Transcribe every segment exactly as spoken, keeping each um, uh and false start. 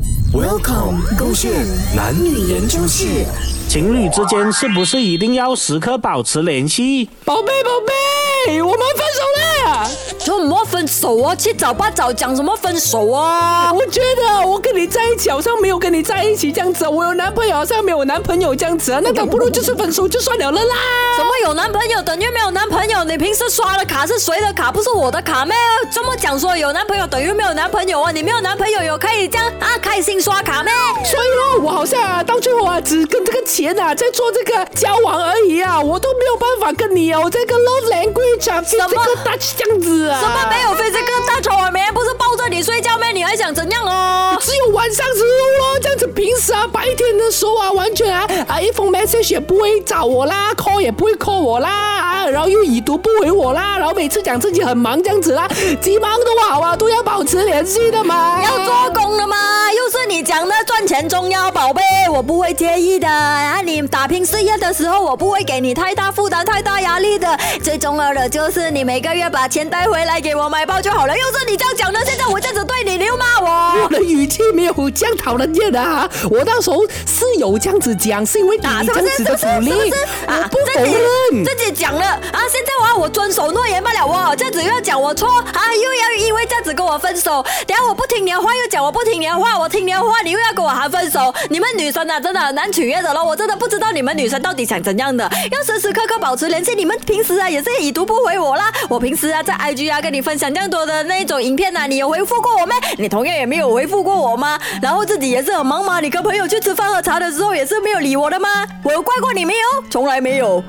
Welcome， 勾选男女研究室。 情侣之间是不是一定要时刻保持联系？ 宝贝，宝贝，我们分手了。 怎么分手啊？七早八早讲什么分手啊？ 我觉得我跟你在一起好像没有跟你在一起这样子，我有男朋友好像没有男朋友这样子，那倒不如就是分手就算了了啦。 什么有男朋友等于没有男朋友？你平时刷的卡是谁的卡？不是我的卡咩？这么讲说有男朋友等于没有男朋友啊？你没有男朋友有可以这样啊开心刷卡咩？ 所以咯，我好像啊到最后啊只跟这个钱啊在做这个交往而已啊，我都没有办法跟你哦这个 love language 啊，这个 touch 这样子啊。 什么没有飞这个大丑啊？每天不是抱着你睡觉咩？你还想怎样哦？ 只有晚上时候咯，这样子平时啊白天的时候啊完全啊啊一封 message 也不会找我啦 ，call 也不会 call 我啦，啊然后又已读不回我啦，然后每次讲自己很忙这样子啦，几忙都好啊，都要保持联系的嘛。 要做工的嘛，又是你讲的赚钱重要，宝贝，我不会介意的啊。你打拼事业的时候，我不会给你太大负担、太大压力的。最重要的就是你每个月把钱带回来给我买包就好了。又是你这样讲的，现在我这样子对你，你又骂我。 我的语气没有这样讨人厌的啊！我那时候是有这样子讲，是因为给你这样子的鼓励，我不否认。 自己讲了啊，现在我要我遵守诺言罢了哦，这样子又要讲我错啊，又要因为这样子跟我分手，等下我不听你的话又讲我不听你的话，我听你的话你又要跟我喊分手。你们女生啊真的很难取悦的咯，我真的不知道你们女生到底想怎样的，要时时刻刻保持联系。你们平时啊也是已读不回我啦，我平时啊在 I G 啊跟你分享这样多的那种影片啊，你有回复过我咩？你同样也没有回复过我吗？然后自己也是很忙吗？你跟朋友去吃饭喝茶的时候也是没有理我的吗？我有怪过你没有？从来没有。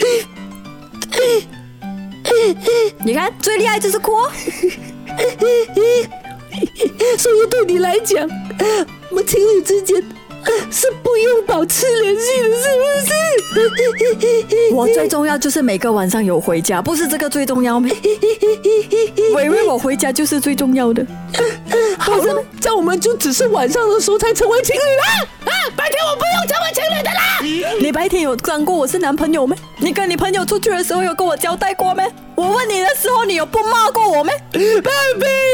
你看最厉害就是哭哦。 所以对你来讲，我们情侣之间是不用保持联系的，是不是？ 我最重要就是每个晚上有回家，不是这个最重要吗？我以为我回家就是最重要的。 好的，这样我们就只是晚上的时候才成为情侣啦。啊，白天我不用成为情侣的啦。 你白天有当过我是男朋友吗？你跟你朋友出去的时候有跟我交代过吗？我问你的时候，你有不骂过我吗？ 宝贝。